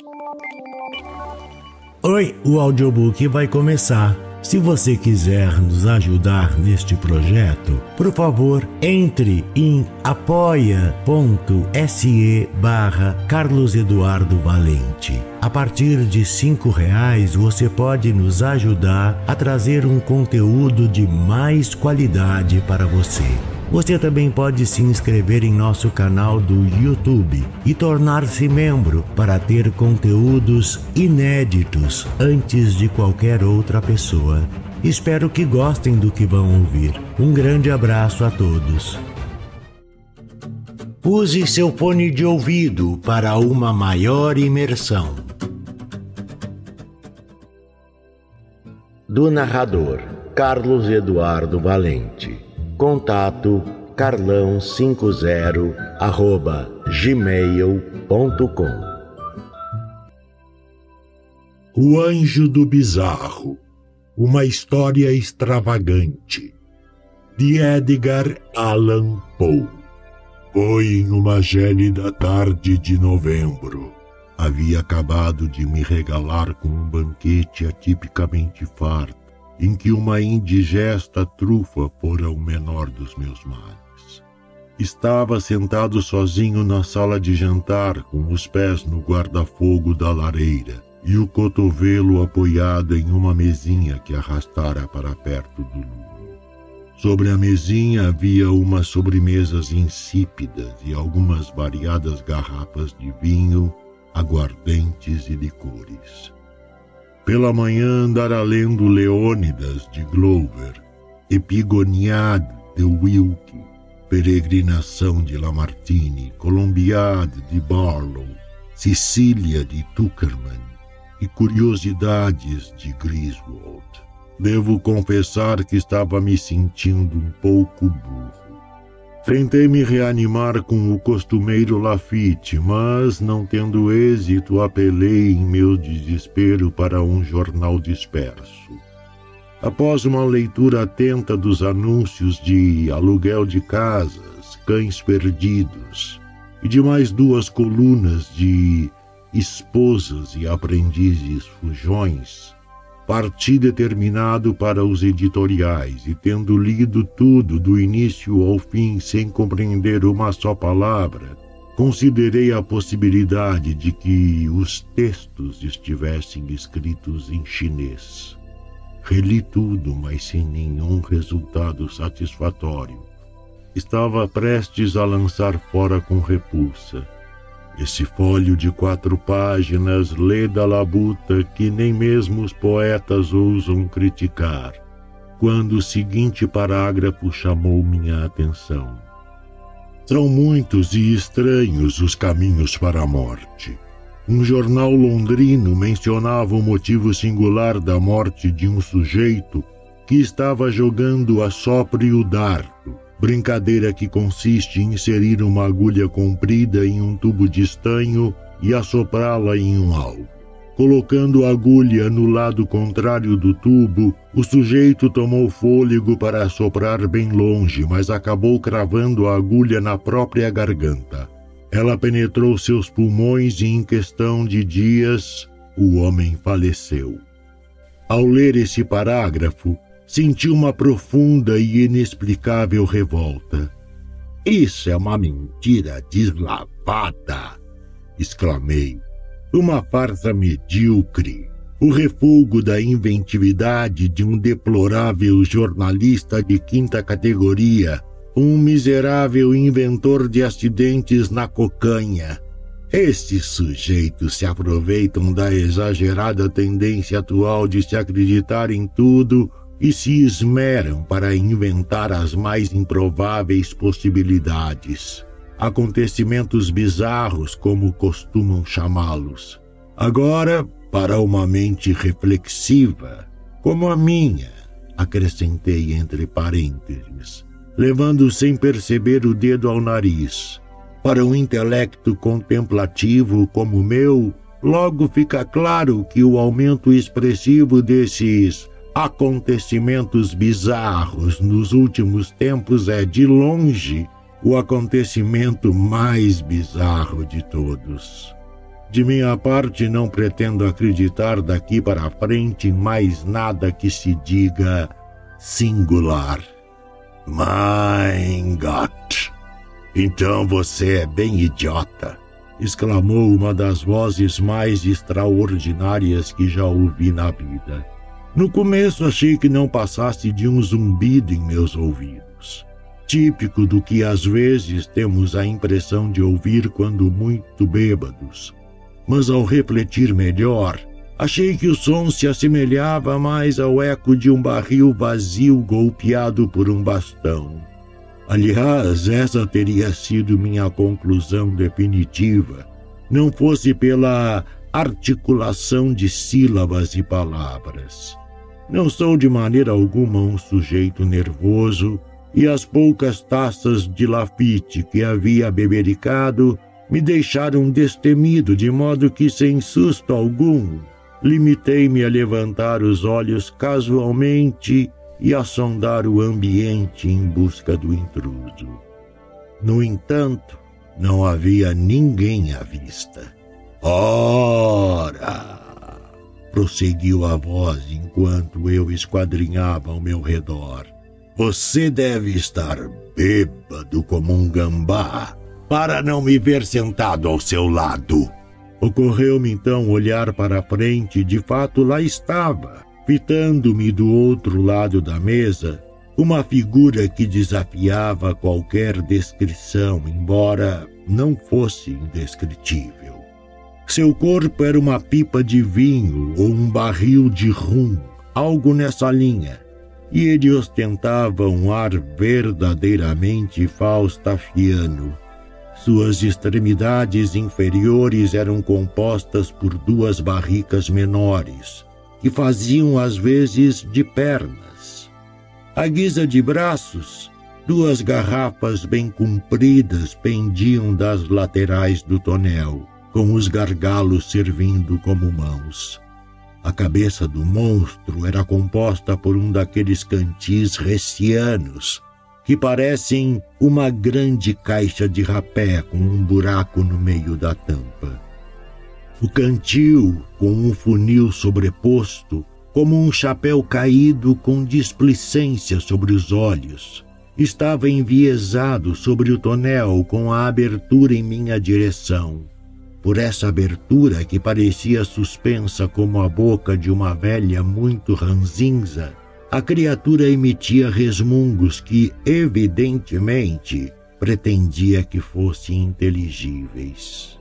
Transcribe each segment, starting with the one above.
Oi, o audiobook vai começar. Se você quiser nos ajudar neste projeto, por favor, entre em apoia.se/Carlos Eduardo Valente. A partir de R$5 você pode nos ajudar a trazer um conteúdo de mais qualidade para você. Você também pode se inscrever em nosso canal do YouTube e tornar-se membro para ter conteúdos inéditos antes de qualquer outra pessoa. Espero que gostem do que vão ouvir. Um grande abraço a todos. Use seu fone de ouvido para uma maior imersão. Do narrador Carlos Eduardo Valente. Contato carlão50@gmail.com. O Anjo do Bizarro, uma história extravagante, de Edgar Allan Poe. Foi em uma gélida tarde de novembro. Havia acabado de me regalar com um banquete atipicamente farto, em que uma indigesta trufa fora o menor dos meus males. Estava sentado sozinho na sala de jantar, com os pés no guarda-fogo da lareira e o cotovelo apoiado em uma mesinha que arrastara para perto do lume. Sobre a mesinha havia umas sobremesas insípidas e algumas variadas garrafas de vinho, aguardentes e licores. Pela manhã andara lendo Leônidas de Glover, Epigoniade de Wilkie, Peregrinação de Lamartine, Colombiade de Barlow, Sicília de Tuckerman e Curiosidades de Griswold. Devo confessar que estava me sentindo um pouco burro. Tentei me reanimar com o costumeiro Lafite, mas, não tendo êxito, apelei em meu desespero para um jornal disperso. Após uma leitura atenta dos anúncios de aluguel de casas, cães perdidos, e de mais 2 colunas de esposas e aprendizes fujões, parti determinado para os editoriais e, tendo lido tudo do início ao fim sem compreender uma só palavra, considerei a possibilidade de que os textos estivessem escritos em chinês. Reli tudo, mas sem nenhum resultado satisfatório. Estava prestes a lançar fora com repulsa. Esse fólio de 4 páginas lê da labuta que nem mesmo os poetas ousam criticar, quando o seguinte parágrafo chamou minha atenção. São muitos e estranhos os caminhos para a morte. Um jornal londrino mencionava o motivo singular da morte de um sujeito que estava jogando a sopro e o dardo, brincadeira que consiste em inserir uma agulha comprida em um tubo de estanho e assoprá-la em um alvo. Colocando a agulha no lado contrário do tubo, o sujeito tomou fôlego para assoprar bem longe, mas acabou cravando a agulha na própria garganta. Ela penetrou seus pulmões e, em questão de dias, o homem faleceu. Ao ler esse parágrafo, senti uma profunda e inexplicável revolta. Isso é uma mentira deslavada, exclamei. Uma farsa medíocre, o refúgio da inventividade de um deplorável jornalista de 5ª categoria, um miserável inventor de acidentes na cocanha. Esses sujeitos se aproveitam da exagerada tendência atual de se acreditar em tudo e se esmeram para inventar as mais improváveis possibilidades. Acontecimentos bizarros, como costumam chamá-los. Agora, para uma mente reflexiva, como a minha, acrescentei entre parênteses, levando sem perceber o dedo ao nariz. Para um intelecto contemplativo como o meu, logo fica claro que o aumento expressivo desses acontecimentos bizarros nos últimos tempos é, de longe, o acontecimento mais bizarro de todos. De minha parte, não pretendo acreditar daqui para frente em mais nada que se diga singular. Mein Gott! Então você é bem idiota! Exclamou uma das vozes mais extraordinárias que já ouvi na vida. No começo achei que não passasse de um zumbido em meus ouvidos, típico do que às vezes temos a impressão de ouvir quando muito bêbados. Mas ao refletir melhor, achei que o som se assemelhava mais ao eco de um barril vazio golpeado por um bastão. Aliás, essa teria sido minha conclusão definitiva, não fosse pela articulação de sílabas e palavras. Não sou de maneira alguma um sujeito nervoso, e as poucas taças de Lafite que havia bebericado me deixaram destemido, de modo que, sem susto algum, limitei-me a levantar os olhos casualmente e a sondar o ambiente em busca do intruso. No entanto, não havia ninguém à vista. Ora! Prosseguiu a voz enquanto eu esquadrinhava ao meu redor. Você deve estar bêbado como um gambá para não me ver sentado ao seu lado. Ocorreu-me então olhar para a frente e de fato lá estava, fitando-me do outro lado da mesa, uma figura que desafiava qualquer descrição, embora não fosse indescritível. Seu corpo era uma pipa de vinho ou um barril de rum, algo nessa linha, e ele ostentava um ar verdadeiramente faustafiano. Suas extremidades inferiores eram compostas por 2 barricas menores, que faziam às vezes de pernas. À guisa de braços, 2 garrafas bem compridas pendiam das laterais do tonel, com os gargalos servindo como mãos. A cabeça do monstro era composta por um daqueles cantis recianos, que parecem uma grande caixa de rapé com um buraco no meio da tampa. O cantil, com um funil sobreposto, como um chapéu caído com displicência sobre os olhos, estava enviesado sobre o tonel com a abertura em minha direção. Por essa abertura, que parecia suspensa como a boca de uma velha muito ranzinza, a criatura emitia resmungos que, evidentemente, pretendia que fossem inteligíveis.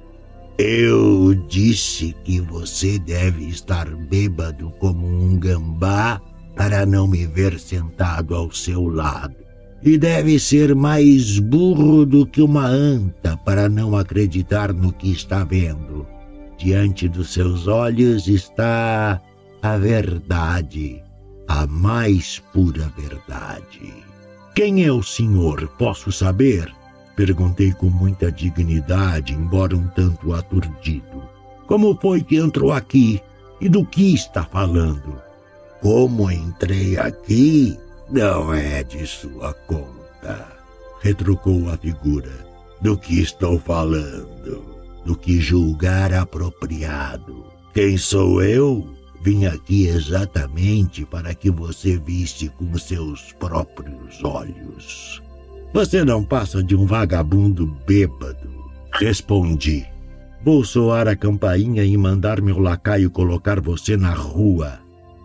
Eu disse que você deve estar bêbado como um gambá para não me ver sentado ao seu lado. E deve ser mais burro do que uma anta para não acreditar no que está vendo. Diante dos seus olhos está a verdade, a mais pura verdade. Quem é o senhor, posso saber? Perguntei com muita dignidade, embora um tanto aturdido. Como foi que entrou aqui? E do que está falando? Como entrei aqui? Não é de sua conta, retrucou a figura. Do que estou falando? Do que julgar apropriado. Quem sou eu? Vim aqui exatamente para que você visse com seus próprios olhos. Você não passa de um vagabundo bêbado, respondi. Vou soar a campainha e mandar meu lacaio colocar você na rua.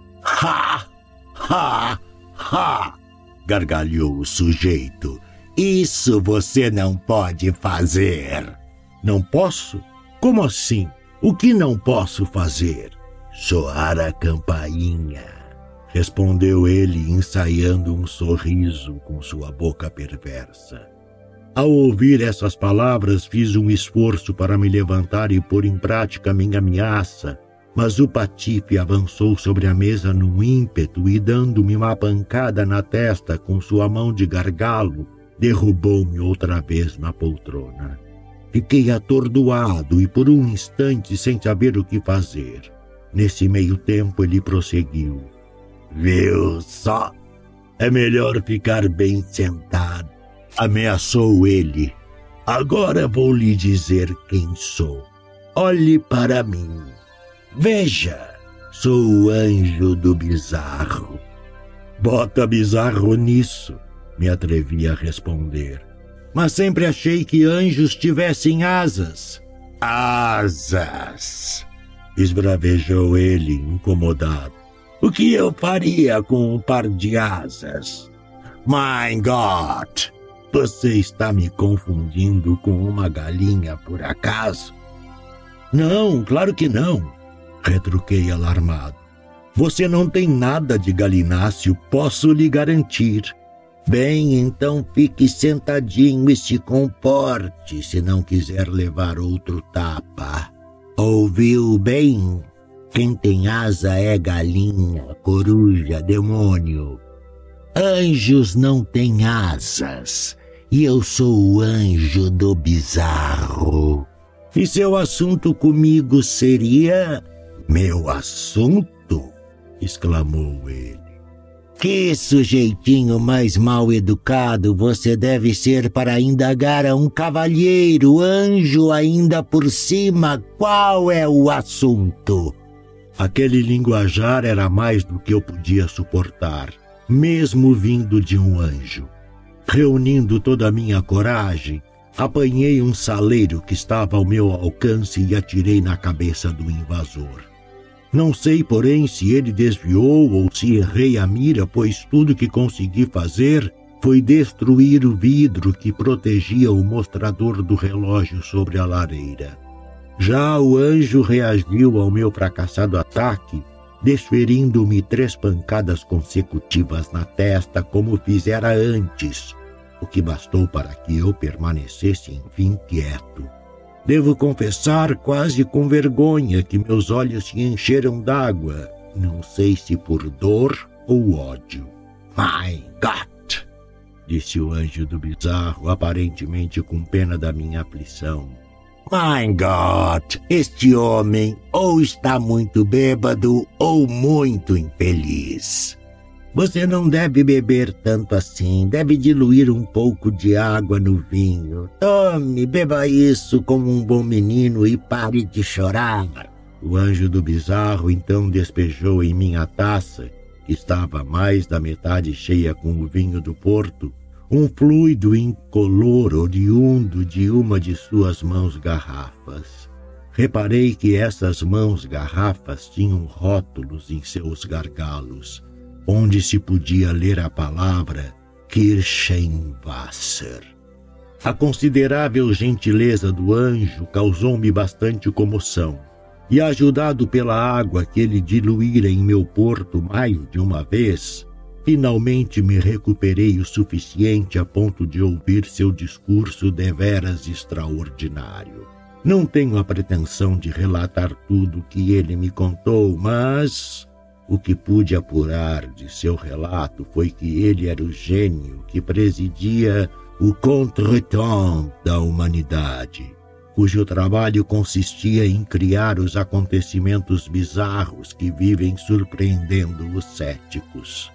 Ha! Ha! Ha! Gargalhou o sujeito. Isso você não pode fazer. Não posso? Como assim? O que não posso fazer? Soar a campainha, respondeu ele, ensaiando um sorriso com sua boca perversa. Ao ouvir essas palavras, fiz um esforço para me levantar e pôr em prática minha ameaça, mas o patife avançou sobre a mesa num ímpeto e, dando-me uma pancada na testa com sua mão de gargalo, derrubou-me outra vez na poltrona. Fiquei atordoado e por um instante sem saber o que fazer. Nesse meio tempo ele prosseguiu. Viu só? É melhor ficar bem sentado. Ameaçou ele. Agora vou lhe dizer quem sou. olhe para mim. Veja, sou o anjo do bizarro. Bota bizarro nisso, me atrevi a responder. Mas sempre achei que anjos tivessem asas. Asas! Esbravejou ele, incomodado. O que eu faria com um par de asas? My God! Você está me confundindo com uma galinha, por acaso? Não, claro que não, retruquei alarmado. Você não tem nada de galináceo, posso lhe garantir. Bem, então fique sentadinho e se comporte, se não quiser levar outro tapa. Ouviu bem? Quem tem asa é galinha, coruja, demônio. Anjos não têm asas, e eu sou o anjo do bizarro. E seu assunto comigo seria... Meu assunto? Exclamou ele. Que sujeitinho mais mal educado você deve ser para indagar a um cavalheiro, anjo ainda por cima, qual é o assunto? Aquele linguajar era mais do que eu podia suportar, mesmo vindo de um anjo. Reunindo toda a minha coragem, apanhei um saleiro que estava ao meu alcance e atirei na cabeça do invasor. Não sei, porém, se ele desviou ou se errei a mira, pois tudo que consegui fazer foi destruir o vidro que protegia o mostrador do relógio sobre a lareira. Já o anjo reagiu ao meu fracassado ataque, desferindo-me 3 pancadas consecutivas na testa, como fizera antes, o que bastou para que eu permanecesse, enfim, quieto. Devo confessar, quase com vergonha, que meus olhos se encheram d'água, não sei se por dor ou ódio. My God! Disse o anjo do bizarro, aparentemente com pena da minha aflição. My God! Este homem ou está muito bêbado ou muito infeliz. Você não deve beber tanto assim, deve diluir um pouco de água no vinho. Tome, beba isso como um bom menino e pare de chorar. O anjo do bizarro então despejou em minha taça, que estava mais da metade cheia com o vinho do Porto, um fluido incolor oriundo de uma de suas mãos garrafas. Reparei que essas mãos garrafas tinham rótulos em seus gargalos, onde se podia ler a palavra Kirchenwasser. A considerável gentileza do anjo causou-me bastante comoção, e ajudado pela água que ele diluíra em meu porto mais de uma vez, finalmente me recuperei o suficiente a ponto de ouvir seu discurso deveras extraordinário. Não tenho a pretensão de relatar tudo o que ele me contou, mas... o que pude apurar de seu relato foi que ele era o gênio que presidia o contretemps da humanidade, cujo trabalho consistia em criar os acontecimentos bizarros que vivem surpreendendo os céticos.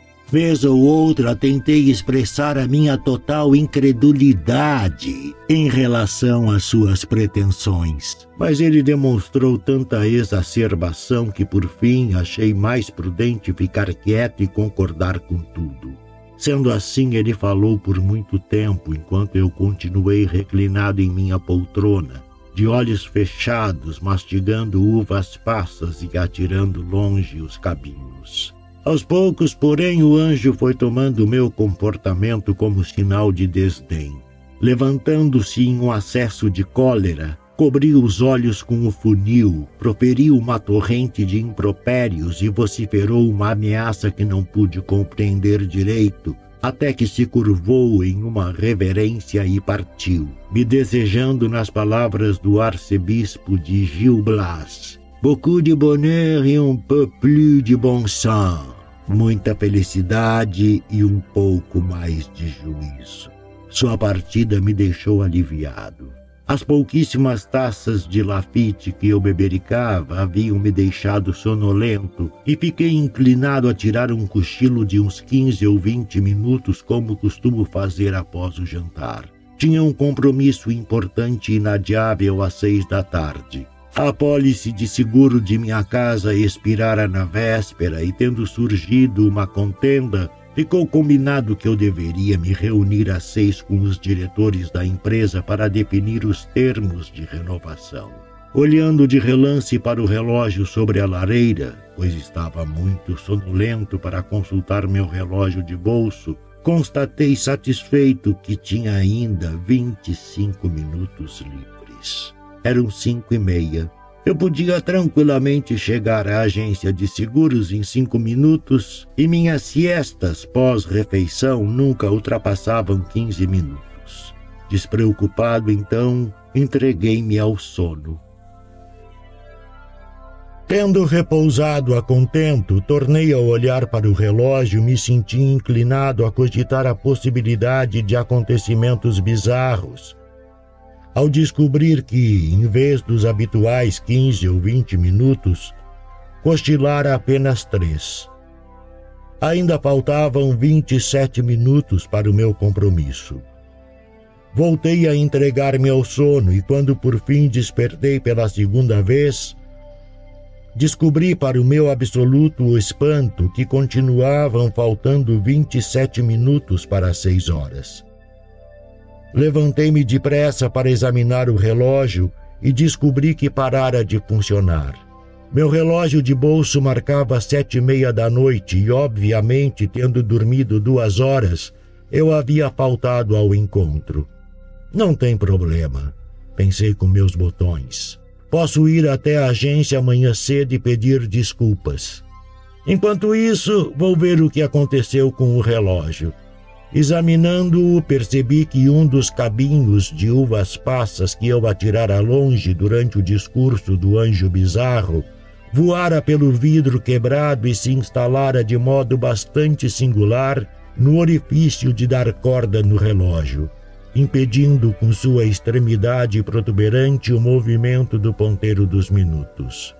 Vez ou outra tentei expressar a minha total incredulidade em relação às suas pretensões, mas ele demonstrou tanta exacerbação que por fim achei mais prudente ficar quieto e concordar com tudo. Sendo assim, ele falou por muito tempo enquanto eu continuei reclinado em minha poltrona, de olhos fechados, mastigando uvas passas e atirando longe os cabelos. Aos poucos, porém, o anjo foi tomando meu comportamento como sinal de desdém. Levantando-se em um acesso de cólera, cobriu os olhos com o funil, proferiu uma torrente de impropérios e vociferou uma ameaça que não pude compreender direito, até que se curvou em uma reverência e partiu, me desejando nas palavras do arcebispo de Gil Blas: beaucoup de bonheur et un peu plus de bon sens. Muita felicidade e um pouco mais de juízo. Sua partida me deixou aliviado. As pouquíssimas taças de Lafite que eu bebericava haviam me deixado sonolento e fiquei inclinado a tirar um cochilo de uns 15 ou 20 minutos como costumo fazer após o jantar. Tinha um compromisso importante e inadiável às 6 da tarde. A apólice de seguro de minha casa expirara na véspera e, tendo surgido uma contenda, ficou combinado que eu deveria me reunir às 6 com os diretores da empresa para definir os termos de renovação. Olhando de relance para o relógio sobre a lareira, pois estava muito sonolento para consultar meu relógio de bolso, constatei satisfeito que tinha ainda 25 minutos livres. Eram 5:30. Eu podia tranquilamente chegar à agência de seguros em 5 minutos e minhas siestas pós-refeição nunca ultrapassavam 15 minutos. Despreocupado, então, entreguei-me ao sono. Tendo repousado a contento, tornei a olhar para o relógio e me senti inclinado a cogitar a possibilidade de acontecimentos bizarros. Ao descobrir que, em vez dos habituais 15 ou 20 minutos, cochilara apenas 3. Ainda faltavam 27 minutos para o meu compromisso. Voltei a entregar-me ao sono e, quando por fim despertei pela segunda vez, descobri para o meu absoluto espanto que continuavam faltando 27 minutos para as 6 horas. Levantei-me depressa para examinar o relógio e descobri que parara de funcionar. Meu relógio de bolso marcava 7:30 da noite e, obviamente, tendo dormido 2 horas, eu havia faltado ao encontro. Não tem problema, pensei com meus botões. Posso ir até a agência amanhã cedo e pedir desculpas. Enquanto isso, vou ver o que aconteceu com o relógio. Examinando-o, percebi que um dos cabinhos de uvas passas que eu atirara longe durante o discurso do anjo bizarro voara pelo vidro quebrado e se instalara de modo bastante singular no orifício de dar corda no relógio, impedindo com sua extremidade protuberante o movimento do ponteiro dos minutos.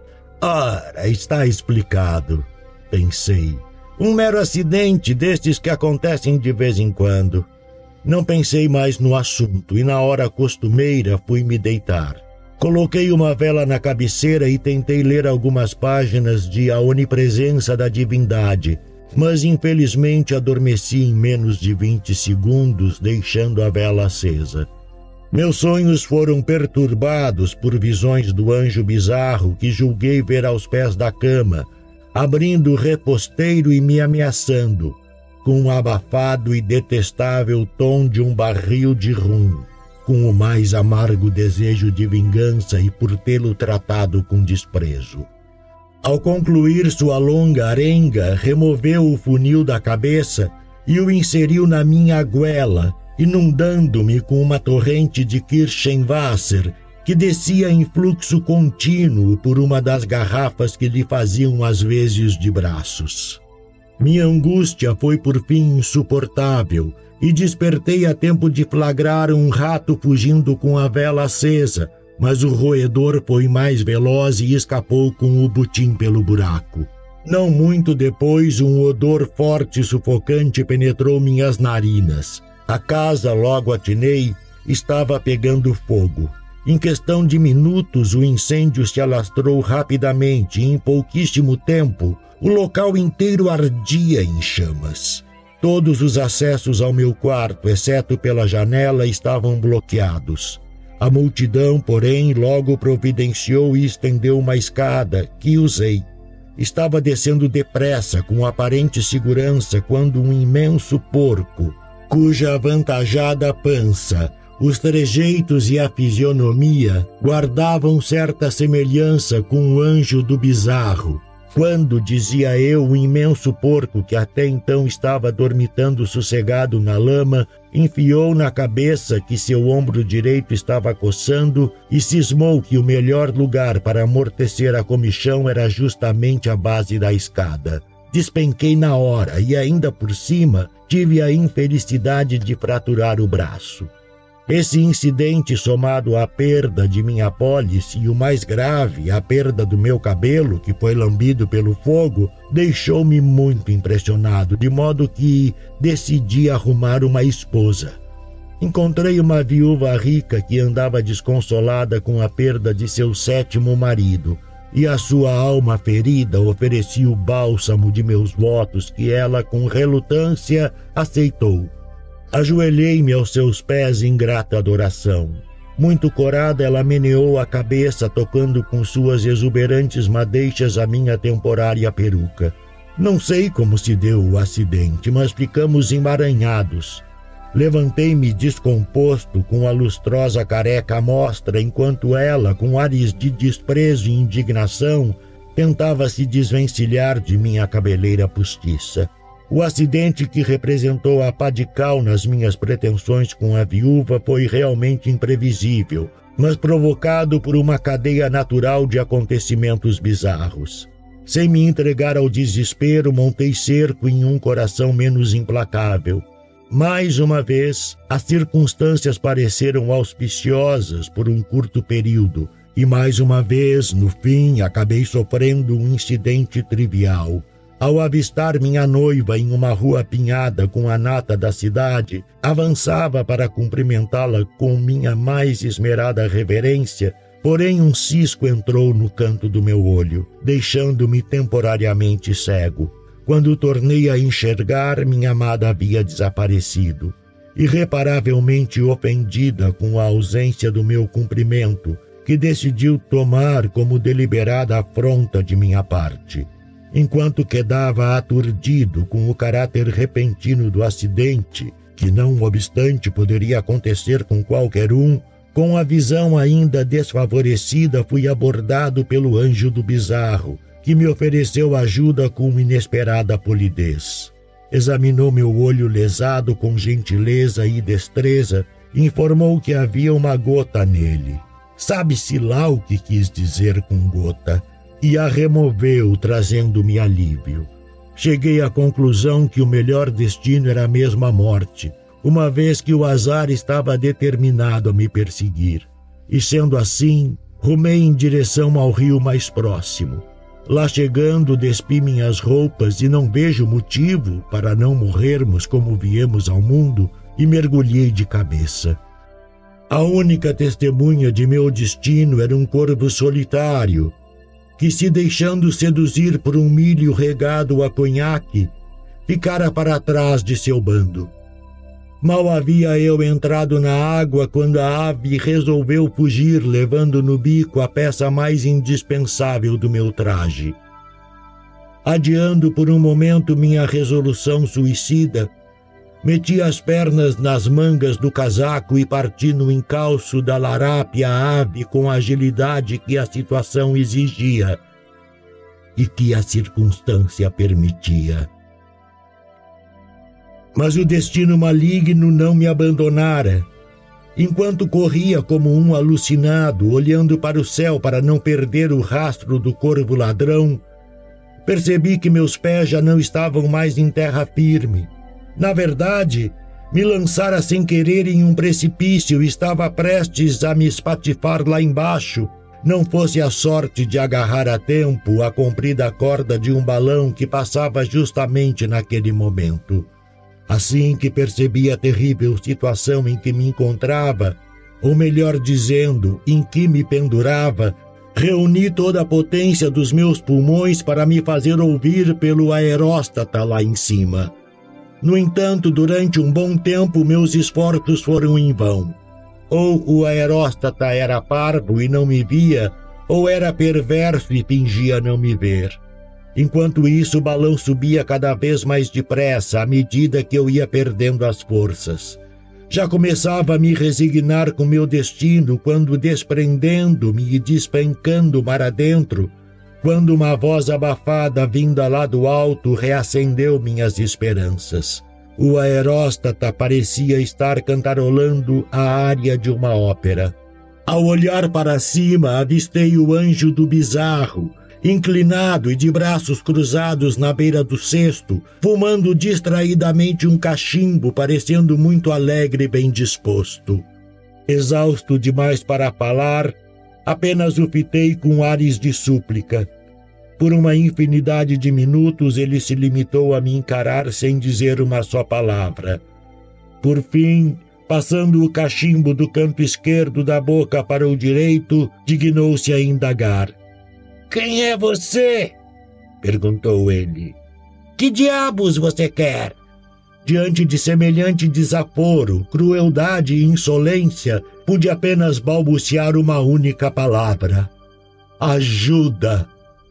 Ora, está explicado, pensei. Um mero acidente destes que acontecem de vez em quando. Não pensei mais no assunto e na hora costumeira fui me deitar. Coloquei uma vela na cabeceira e tentei ler algumas páginas de A Onipresença da Divindade, mas infelizmente adormeci em menos de 20 segundos, deixando a vela acesa. Meus sonhos foram perturbados por visões do anjo bizarro que julguei ver aos pés da cama, abrindo o reposteiro e me ameaçando, com um abafado e detestável tom de um barril de rum, com o mais amargo desejo de vingança e por tê-lo tratado com desprezo. Ao concluir sua longa arenga, removeu o funil da cabeça e o inseriu na minha goela, inundando-me com uma torrente de Kirchenwasser que descia em fluxo contínuo por uma das garrafas que lhe faziam às vezes de braços. Minha angústia foi por fim insuportável e despertei a tempo de flagrar um rato fugindo com a vela acesa, mas o roedor foi mais veloz e escapou com o butim pelo buraco. Não muito depois, um odor forte e sufocante penetrou minhas narinas. A casa, logo atinei, estava pegando fogo. Em questão de minutos, o incêndio se alastrou rapidamente e, em pouquíssimo tempo, o local inteiro ardia em chamas. Todos os acessos ao meu quarto, exceto pela janela, estavam bloqueados. A multidão, porém, logo providenciou e estendeu uma escada, que usei. Estava descendo depressa, com aparente segurança, quando um imenso porco, cuja avantajada pança, os trejeitos e a fisionomia guardavam certa semelhança com o anjo do bizarro. Quando, dizia eu, o imenso porco, que até então estava dormitando sossegado na lama, enfiou na cabeça que seu ombro direito estava coçando e cismou que o melhor lugar para amortecer a comichão era justamente a base da escada. Despenquei na hora e, ainda por cima, tive a infelicidade de fraturar o braço. Esse incidente, somado à perda de minha apólice e o mais grave, a perda do meu cabelo, que foi lambido pelo fogo, deixou-me muito impressionado, de modo que decidi arrumar uma esposa. Encontrei uma viúva rica que andava desconsolada com a perda de seu 7º marido, e a sua alma ferida oferecia o bálsamo de meus votos que ela, com relutância, aceitou. Ajoelhei-me aos seus pés em grata adoração. Muito corada, ela meneou a cabeça, tocando com suas exuberantes madeixas a minha temporária peruca. Não sei como se deu o acidente, mas ficamos emaranhados. Levantei-me descomposto, com a lustrosa careca à mostra, enquanto ela, com ares de desprezo e indignação, tentava se desvencilhar de minha cabeleira postiça. O acidente que representou a pá de cal nas minhas pretensões com a viúva foi realmente imprevisível, mas provocado por uma cadeia natural de acontecimentos bizarros. Sem me entregar ao desespero, montei cerco em um coração menos implacável. Mais uma vez, as circunstâncias pareceram auspiciosas por um curto período, e mais uma vez, no fim, acabei sofrendo um incidente trivial. Ao avistar minha noiva em uma rua apinhada com a nata da cidade, avançava para cumprimentá-la com minha mais esmerada reverência, porém um cisco entrou no canto do meu olho, deixando-me temporariamente cego. Quando tornei a enxergar, minha amada havia desaparecido. Irreparavelmente ofendida com a ausência do meu cumprimento, que decidiu tomar como deliberada afronta de minha parte. Enquanto quedava aturdido com o caráter repentino do acidente, que não obstante poderia acontecer com qualquer um, com a visão ainda desfavorecida fui abordado pelo anjo do bizarro, que me ofereceu ajuda com inesperada polidez. Examinou meu olho lesado com gentileza e destreza e informou que havia uma gota nele. Sabe-se lá o que quis dizer com gota, e a removeu, trazendo-me alívio. Cheguei à conclusão que o melhor destino era mesmo a morte, uma vez que o azar estava determinado a me perseguir. E sendo assim, rumei em direção ao rio mais próximo. Lá chegando, despi minhas roupas e não vejo motivo para não morrermos como viemos ao mundo, e mergulhei de cabeça. A única testemunha de meu destino era um corvo solitário, que, se deixando seduzir por um milho regado a conhaque, ficara para trás de seu bando. Mal havia eu entrado na água quando a ave resolveu fugir, levando no bico a peça mais indispensável do meu traje. Adiando por um momento minha resolução suicida, meti as pernas nas mangas do casaco e parti no encalço da larápia ave com a agilidade que a situação exigia e que a circunstância permitia. Mas o destino maligno não me abandonara. Enquanto corria como um alucinado, olhando para o céu para não perder o rastro do corvo ladrão, percebi que meus pés já não estavam mais em terra firme. Na verdade, me lançara sem querer em um precipício e estava prestes a me espatifar lá embaixo, não fosse a sorte de agarrar a tempo a comprida corda de um balão que passava justamente naquele momento. Assim que percebi a terrível situação em que me encontrava, ou melhor dizendo, em que me pendurava, reuni toda a potência dos meus pulmões para me fazer ouvir pelo aeróstata lá em cima. No entanto, durante um bom tempo, meus esforços foram em vão. Ou o aeróstata era parvo e não me via, ou era perverso e fingia não me ver. Enquanto isso, o balão subia cada vez mais depressa à medida que eu ia perdendo as forças. Já começava a me resignar com meu destino quando, desprendendo-me e despencando mar adentro, quando uma voz abafada vinda lá do alto reacendeu minhas esperanças. O aeróstata parecia estar cantarolando a área de uma ópera. Ao olhar para cima, avistei o anjo do bizarro, inclinado e de braços cruzados na beira do cesto, fumando distraidamente um cachimbo, parecendo muito alegre e bem disposto. Exausto demais para falar, apenas o fitei com ares de súplica. Por uma infinidade de minutos ele se limitou a me encarar sem dizer uma só palavra. Por fim, Passando o cachimbo do canto esquerdo da boca para o direito, dignou-se a indagar. Quem é você? Perguntou ele. Que diabos você quer? Diante de semelhante desaforo, crueldade e insolência, pude apenas balbuciar uma única palavra. Ajuda!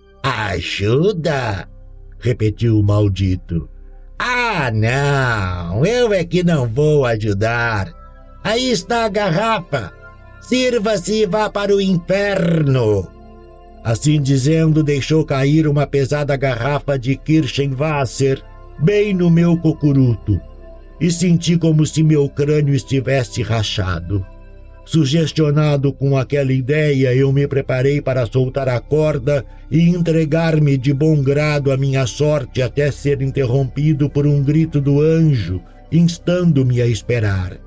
Ajuda? Repetiu o maldito. Ah, não, eu é que não vou ajudar. Aí está a garrafa. Sirva-se e vá para o inferno. Assim dizendo, deixou cair uma pesada garrafa de Kirschenwasser bem no meu cocuruto, e senti como se meu crânio estivesse rachado. Sugestionado com aquela ideia, eu me preparei para soltar a corda e entregar-me de bom grado à minha sorte até ser interrompido por um grito do anjo, instando-me a esperar.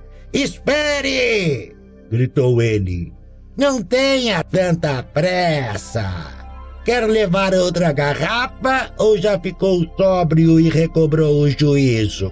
Espere! Gritou ele. Não tenha tanta pressa. Quer levar outra garrafa ou já ficou sóbrio e recobrou o juízo?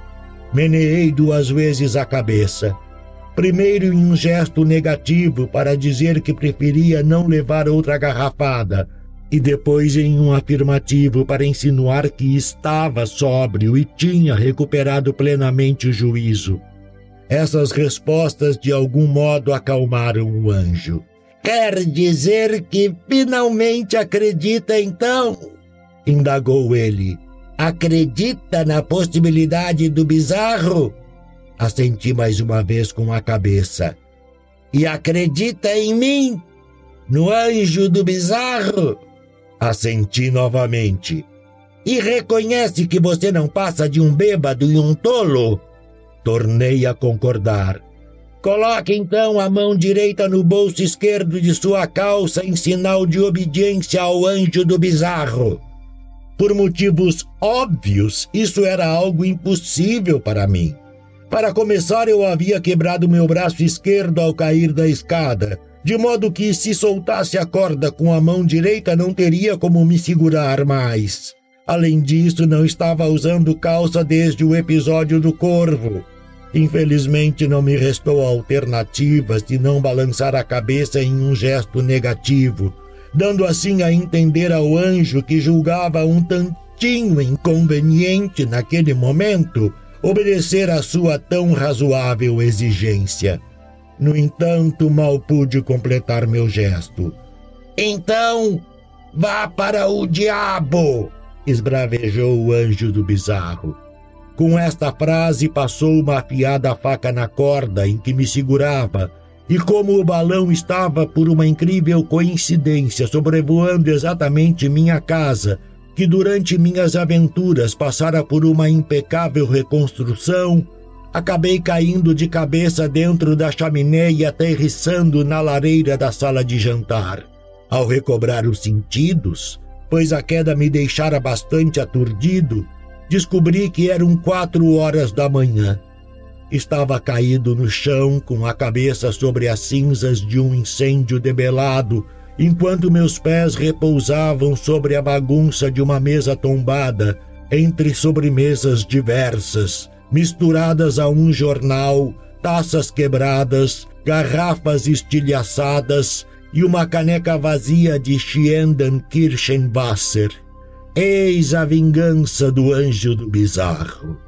Meneei 2 vezes a cabeça. Primeiro em um gesto negativo para dizer que preferia não levar outra garrafada, e depois em um afirmativo para insinuar que estava sóbrio e tinha recuperado plenamente o juízo. Essas respostas de algum modo acalmaram o anjo. Quer dizer que finalmente acredita então? Indagou ele. Acredita na possibilidade do bizarro? Assenti mais uma vez com a cabeça. E acredita em mim? No anjo do bizarro? Assenti novamente. E reconhece que você não passa de um bêbado e um tolo? Tornei a concordar. Coloque então a mão direita no bolso esquerdo de sua calça em sinal de obediência ao anjo do bizarro. Por motivos óbvios, isso era algo impossível para mim. Para começar, eu havia quebrado meu braço esquerdo ao cair da escada, de modo que se soltasse a corda com a mão direita não teria como me segurar mais. Além disso, não estava usando calça desde o episódio do corvo. Infelizmente, não me restou alternativa senão balançar a cabeça em um gesto negativo, dando assim a entender ao anjo que julgava um tantinho inconveniente naquele momento obedecer à sua tão razoável exigência. No entanto, mal pude completar meu gesto. Então, vá para o diabo! Esbravejou o anjo do bizarro. Com esta frase passou uma afiada faca na corda em que me segurava, e como o balão estava, por uma incrível coincidência, sobrevoando exatamente minha casa, que durante minhas aventuras passara por uma impecável reconstrução, acabei caindo de cabeça dentro da chaminé e aterrissando na lareira da sala de jantar. Ao recobrar os sentidos, pois a queda me deixara bastante aturdido, descobri que eram 4h da manhã. Estava caído no chão com a cabeça sobre as cinzas de um incêndio debelado, enquanto meus pés repousavam sobre a bagunça de uma mesa tombada, entre sobremesas diversas, misturadas a um jornal, taças quebradas, garrafas estilhaçadas e uma caneca vazia de Schienden Kirschenwasser. Eis a vingança do anjo do bizarro.